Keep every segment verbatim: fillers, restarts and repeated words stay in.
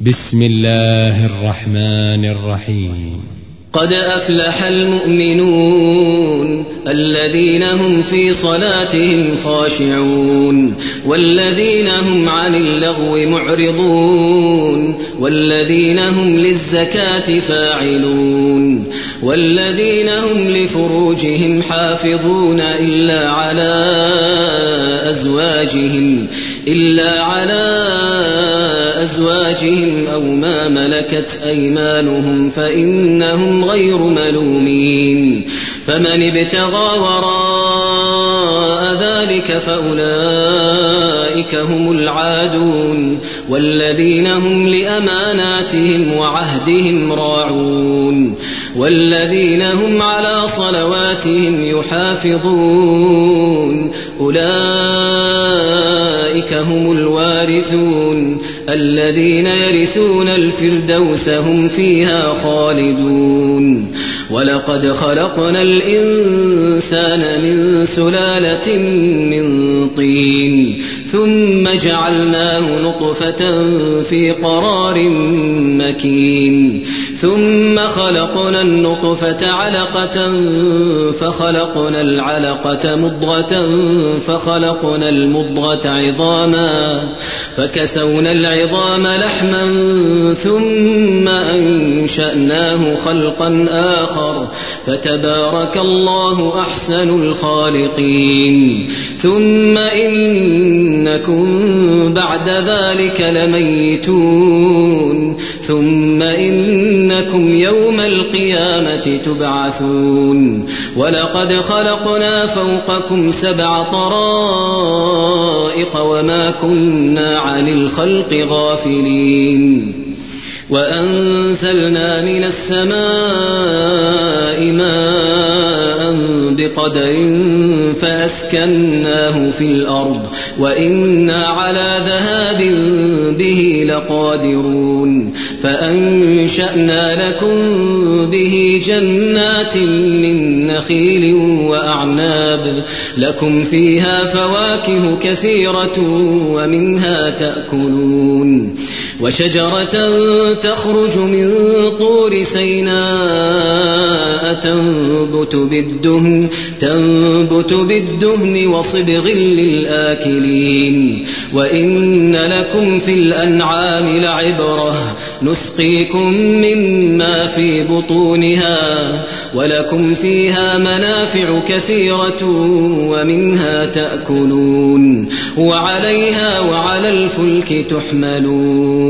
بسم الله الرحمن الرحيم. قد أفلح المؤمنون الذين هم في صلاتهم خاشعون والذين هم عن اللغو معرضون والذين هم للزكاة فاعلون والذين هم لفروجهم حافظون إلا على أزواجهم إلا على أزواجهم أو ما ملكت أيمانهم فإنهم غير ملومين فمن ابتغى وراء ذلك فأولئك هم العادون والذين هم لأماناتهم وعهدهم راعون والذين هم على صلواتهم يحافظون أولئك هم الوارثون الذين يرثون الفردوس هم فيها خالدون. ولقد خلقنا الإنسان من سلالة من طين ثم جعلناه نطفة في قرار مكين ثم خلقنا النطفة علقة فخلقنا العلقة مضغة فخلقنا المضغة عظاما فكسونا العظام لحما ثم أنشأناه خلقا آخر فتبارك الله أحسن الخالقين. ثم إنكم بعد ذلك لميتون ثم إنكم يوم القيامة تبعثون. ولقد خلقنا فوقكم سبع طرائق وما كنا عن الخلق غافلين وأنزلنا من السماء ماء بقدر فأسكناه في الأرض وإنا على ذهاب به لقادرون فأنشأنا لكم به جنات من نخيل وأعناب لكم فيها فواكه كثيرة ومنها تأكلون وشجرة تخرج من طور سيناء تنبت بالدهن, تنبت بالدهن وصبغ للآكلين وإن لكم في الأنعام لعبرة نسقيكم مما في بطونها ولكم فيها منافع كثيرة ومنها تأكلون وعليها وعلى الفلك تحملون.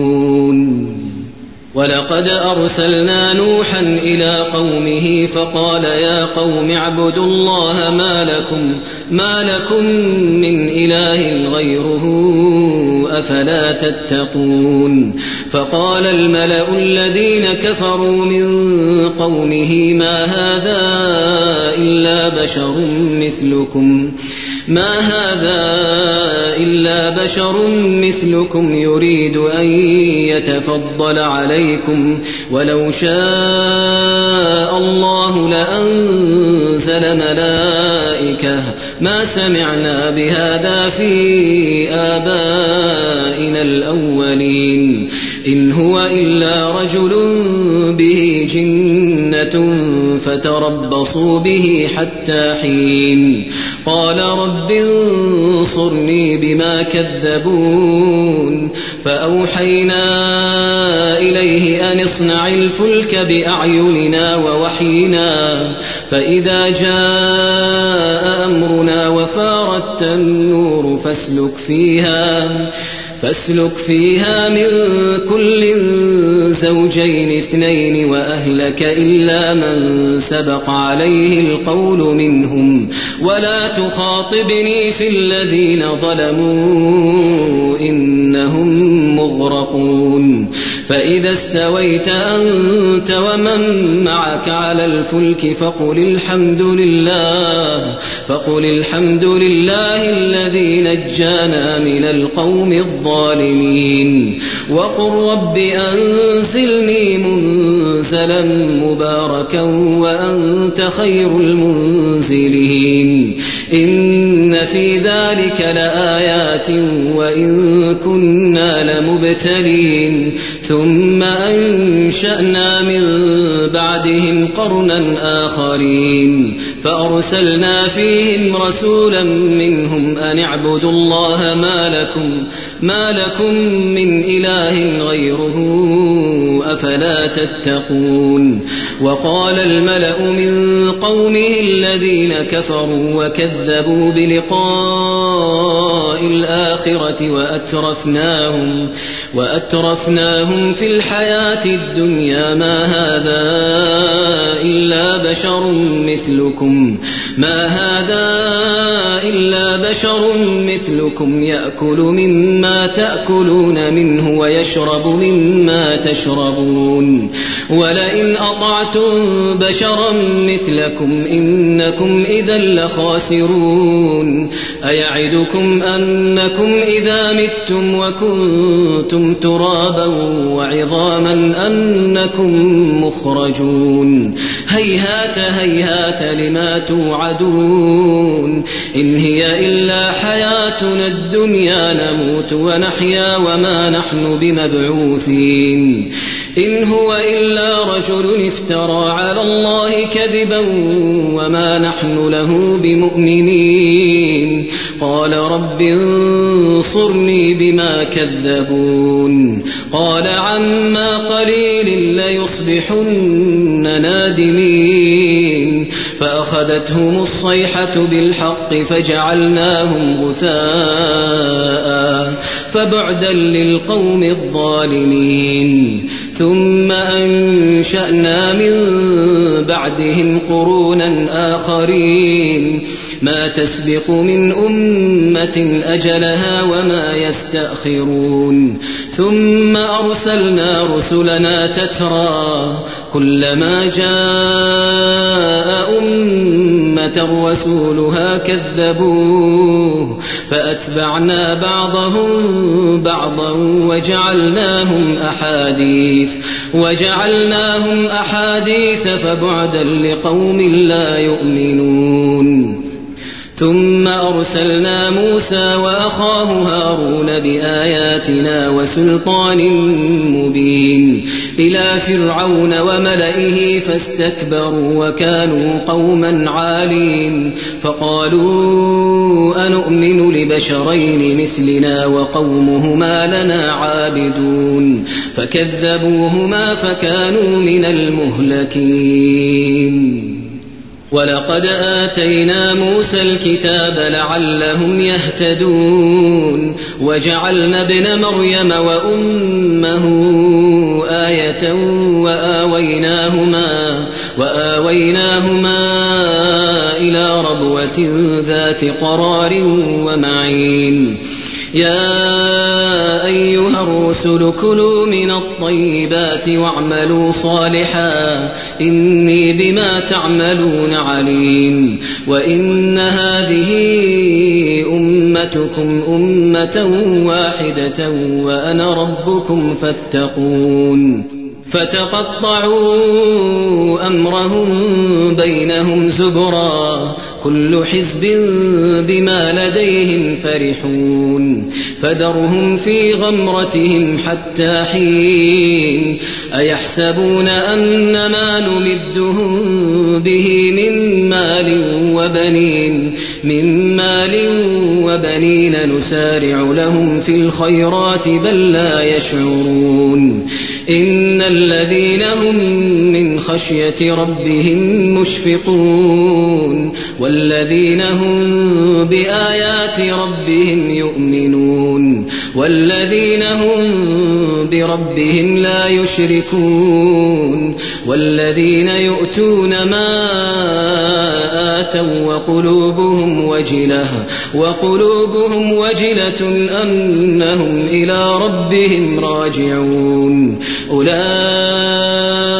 ولقد أرسلنا نوحا إلى قومه فقال يا قوم اعبدوا الله ما لكم, ما لكم من إله غيره أفلا تتقون. فقال الملأ الذين كفروا من قومه ما هذا إلا بشر مثلكم ما هذا إلا بشر مثلكم يريد أن يتفضل عليكم ولو شاء الله لأنزل ملائكة ما سمعنا بهذا في آبائنا الأولين إن هو إلا رجل به جنة فتربصوا به حتى حين. قال رب انصرني بما كذبون فأوحينا إليه أن اصنع الفلك بأعيننا ووحينا فإذا جاء أمرنا وفارت النور فاسلك فيها فاسلك فيها من كل زوجين اثنين وأهلك إلا من سبق عليه القول منهم ولا تخاطبني في الذين ظلموا إنهم مغرقون. فإذا استويت أنت ومن معك على الفلك فقل الحمد لله فقل الحمد لله الذي نجانا من القوم الظالمين وقل رب أنزلني منزلا مباركا وأنت خير المنزلين. إن في ذلك لآيات وإن كنا لمبتلين ثم أنشأنا من بعدهم قرنا آخرين فأرسلنا فيهم رسولا منهم أن اعبدوا الله ما لكم, ما لكم من إله غيره أفلا تتقون وقال الملأ من قومه الذين كفروا وكذبوا بلقاء الآخرة وأترفناهم, وأترفناهم في الحياة الدنيا ما هذا إلا بشر مثلكم ما هذا إلا بشر مثلكم يأكل مما تأكلون منه ويشرب مما تشربون ولئن أطعتم بشرا مثلكم إنكم إذا لخاسرون أيعدكم أنكم إذا متم وكنتم ترابا وعظاما أنكم مخرجون هيهات هيهات لما توعدون إن هي إلا حياتنا الدنيا نموت ونحيا وما نحن بمبعوثين إن هو إلا رجل افترى على الله كذبا وما نحن له بمؤمنين قال رب انصرني بما كذبون قال عما قليل ليصبحن نادمين فأخذتهم الصيحة بالحق فجعلناهم غثاء فبعدا للقوم الظالمين ثم أنشأنا من بعدهم قرونا آخرين ما تسبق من أمة أجلها وما يستأخرون ثم أرسلنا رسلنا تترى كلما جاء أمة رسولها كذبوه فأتبعنا بعضهم بعضا وجعلناهم أحاديث وجعلناهم أحاديث فبعدا لقوم لا يؤمنون ثم أرسلنا موسى وأخاه هارون بآياتنا وسلطان مبين إلى فرعون وملئه فاستكبروا وكانوا قوما عالين فقالوا أنؤمن لبشرين مثلنا وقومهما لنا عابدون فكذبوهما فكانوا من المهلكين ولقد آتينا موسى الكتاب لعلهم يهتدون وجعلنا ابن مريم وأمه آية وآويناهما, وآويناهما إلى ربوة ذات قرار ومعين يا أيها الرسل كلوا من الطيبات واعملوا صالحا إني بما تعملون عليم وإن هذه أمتكم أمة واحدة وأنا ربكم فاتقون فتقطعوا أمرهم بينهم زبرا كل حزب بما لديهم فرحون فذرهم في غمرتهم حتى حين أيحسبون أن ما نمدهم به من مال وبنين من مال وبنين نسارع لهم في الخيرات بل لا يشعرون إن الذين هم من خشية ربهم مشفقون والذين هم بآيات ربهم يؤمنون والذين هم بربهم لا يشركون والذين يؤتون ما آتوا وقلوبهم وجلة وقلوبهم وجلة أنهم إلى ربهم راجعون أولئك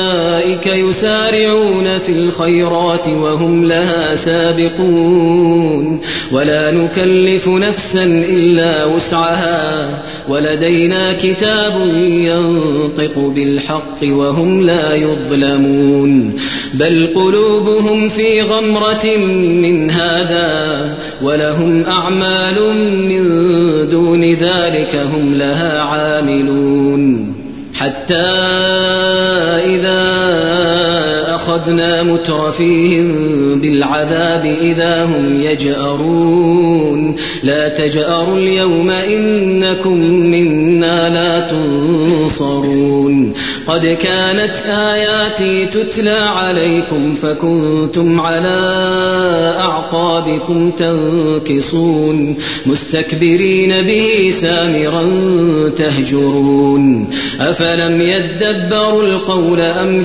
أولئك يسارعون في الخيرات وهم لها سابقون ولا نكلف نفسا إلا وسعها ولدينا كتاب ينطق بالحق وهم لا يظلمون بل قلوبهم في غمرة من هذا ولهم أعمال من دون ذلك هم لها عاملون حتى إذا أخذنا مترفيهم بالعذاب إذا هم يجأرون لا تجأروا اليوم إنكم منا لا تنصرون قد كانت آياتي تتلى عليكم فكنتم على أعقابكم تنكصون مستكبرين به سامرا تهجرون أفلم يدبروا القول أم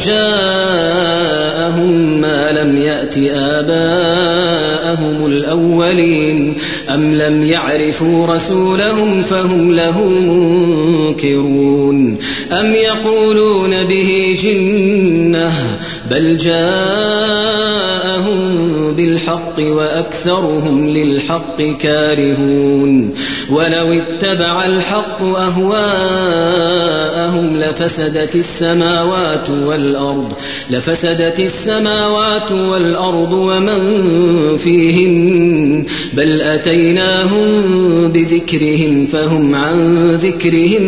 جاءهم ما لم يأت آباءهم الأولين أم لم يعرفوا رسولهم فهم له منكرون أم يقولون به جنة بل جاءهم بالحق وأكثرهم للحق كارهون ولو اتبع الحق أهواءهم لفسدت السماوات والأرض لفسدت السماوات والأرض ومن فيهن بل أتيناهم بذكرهم فهم عن ذكرهم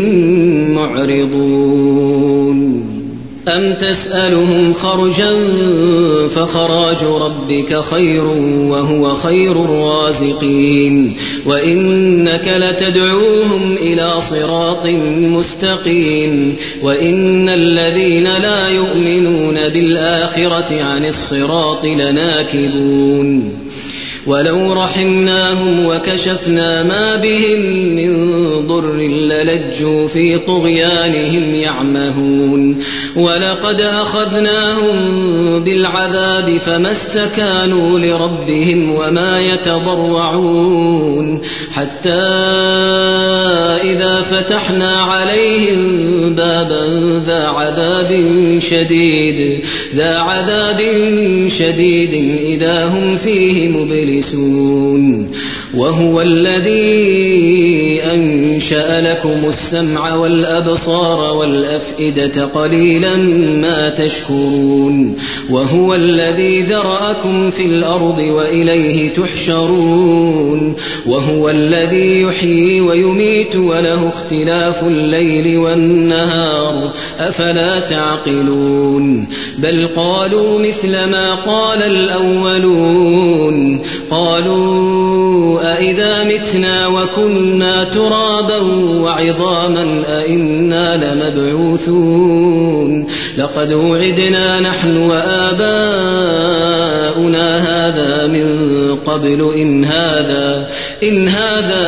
معرضون أم تسألهم خرجا فخراج ربك خير وهو خير الرازقين وإنك لتدعوهم إلى صراط مستقيم وإن الذين لا يؤمنون بالآخرة عن الصراط لناكبون ولو رحمناهم وكشفنا ما بهم من ضر للجوا في طغيانهم يعمهون ولقد أخذناهم بالعذاب فما استكانوا لربهم وما يتضرعون حتى إذا فتحنا عليهم بابا ذا عذاب شديد ذا عذاب شديد إذا هم فيه مبلسون وهو الذي أنشأ لكم السمع والأبصار والأفئدة قليلا ما تشكرون وهو الذي ذرأكم في الأرض وإليه تحشرون وهو الذي يحيي ويميت وله اختلاف الليل والنهار أفلا تعقلون بل قالوا مثل ما قال الأولون قالوا أئذا متنا وكنا ترابا وعظاما أئنا لمبعوثون لقد وعدنا نحن وآباؤنا هذا من قبل إن هذا إن هذا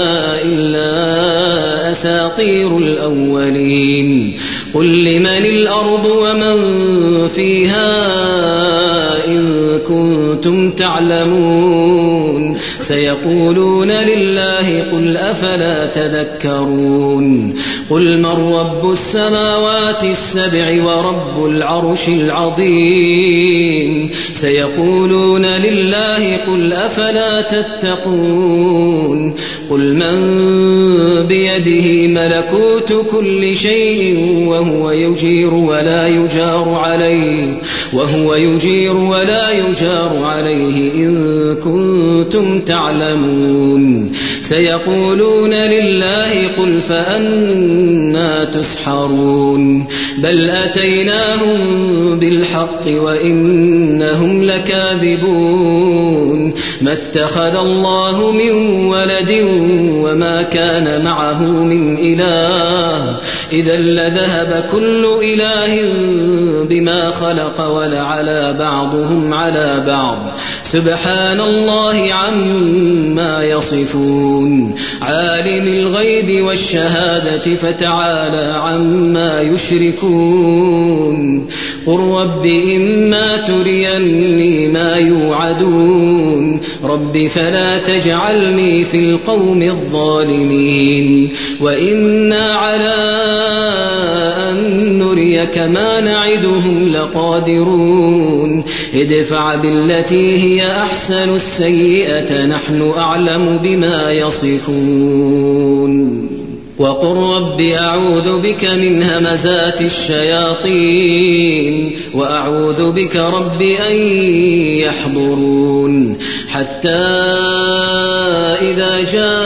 إلا أساطير الأولين قل لمن الأرض ومن فيها إن كنتم تعلمون سيقولون لله قل أفلا تذكرون قل من رب السماوات السبع ورب العرش العظيم سيقولون لله قل أفلا تتقون قل من بيده ملكوت كل شيء وهو يجير ولا يجار عليه وهو يجير ولا يجار عليه إن كنتم تعلمون سيقولون لله قل فأنا تسحرون بل أتيناهم بالحق وإنهم لكاذبون ما اتخذ الله من ولد وما كان معه من إله إذا لذهب كل إله بما خلق ولعلى بعضهم على بعض سبحان الله عما يصفون عالم الغيب والشهادة فتعالى عما يشركون قل رب إما تريني ما يوعدون رب فلا تجعلني في القوم الظالمين وإنا على أن نريك إنك ما نعدهم لقادرون ادفع بالتي هي أحسن السيئة نحن أعلم بما يصفون وقل رب أعوذ بك من همزات الشياطين وأعوذ بك رب أن يحضرون حتى إذا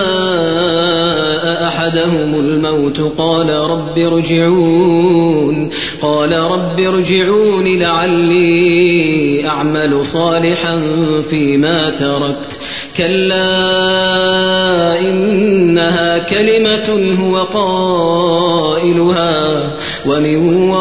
جاء أحدهم الموت قال رب ارجعون قال رب ارجعون لعلي أعمل صالحا فيما تركت كلا إنها كلمة هو قائلها ومن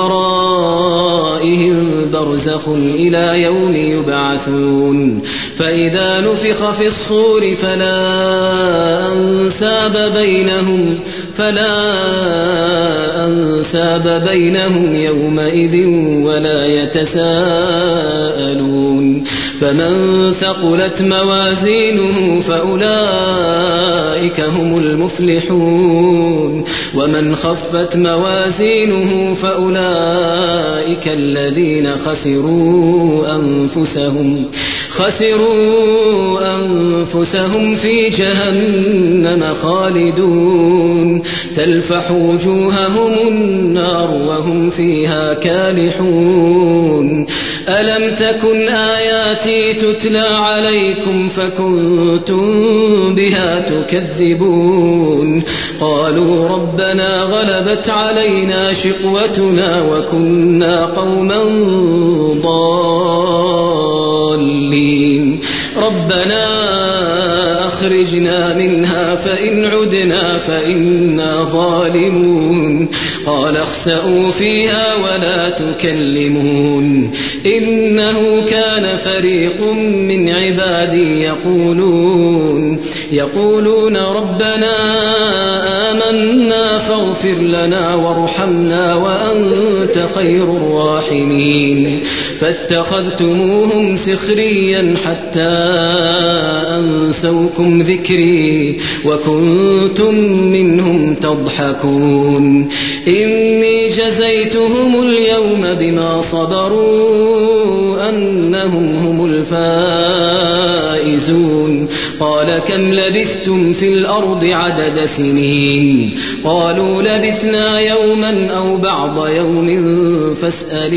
ورائهم برزخ إلى يوم يبعثون فإذا نفخ في الصور فلا أنساب بينهم فلا أنساب بينهم يومئذ ولا يتساءلون فمن ثقلت موازينه فأولئك هم المفلحون ومن خفت موازينه فأولئك الذين خسروا أنفسهم خسروا أنفسهم في جهنم خالدون تلفح وجوههم النار وهم فيها كالحون ألم تكن آياتي تتلى عليكم فكنتم بها تكذبون قالوا ربنا غلبت علينا شقوتنا وكنا قوما ضالين ربنا أخرجنا منها فإن عدنا فإنا ظالمون قال اخسئوا فيها ولا تكلمون إنه كان فريق من عبادي يقولون يقولون ربنا آمنا فاغفر لنا وارحمنا وأنت خير الراحمين فاتخذتموهم سخريا حتى أنسوكم ذكري وكنتم منهم تضحكون إني جزيتهم اليوم بما صبروا أنهم هم الفائزون قال كم لبثتم في الأرض عدد سنين قالوا لبثنا يوما أو بعض يوم فاسأل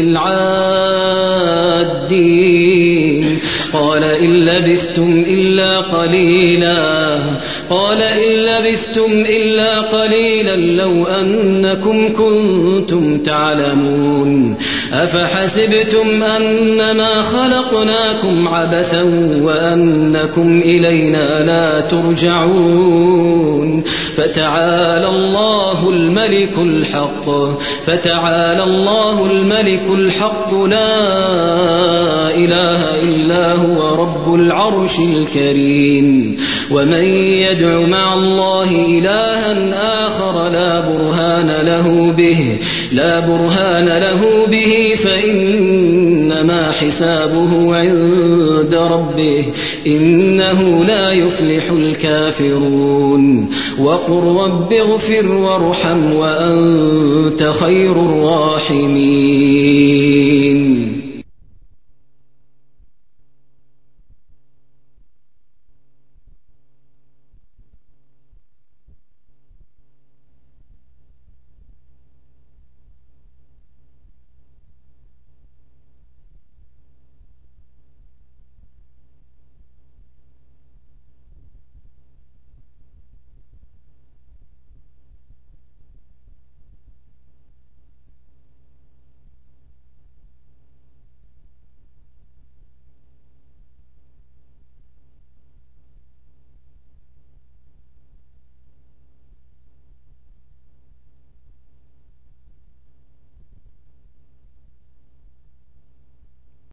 العادين قال إن لبثتم إلا قليلا قال إن لبثتم إلا قليلا لو أنكم كنتم تعلمون أفحسبتم أنما خلقناكم عبثا وأنكم إلينا لا ترجعون فتعالى الله الملك الحق فتعالى الله الملك الحق لا إله إلا هو رب العرش الكريم ومن يدع مع الله إلها آخر لا برهان له به لا برهان له به فإنما حسابه عند ربه إنه لا يفلح الكافرون وقل رب اغفر وارحم وأنت خير الراحمين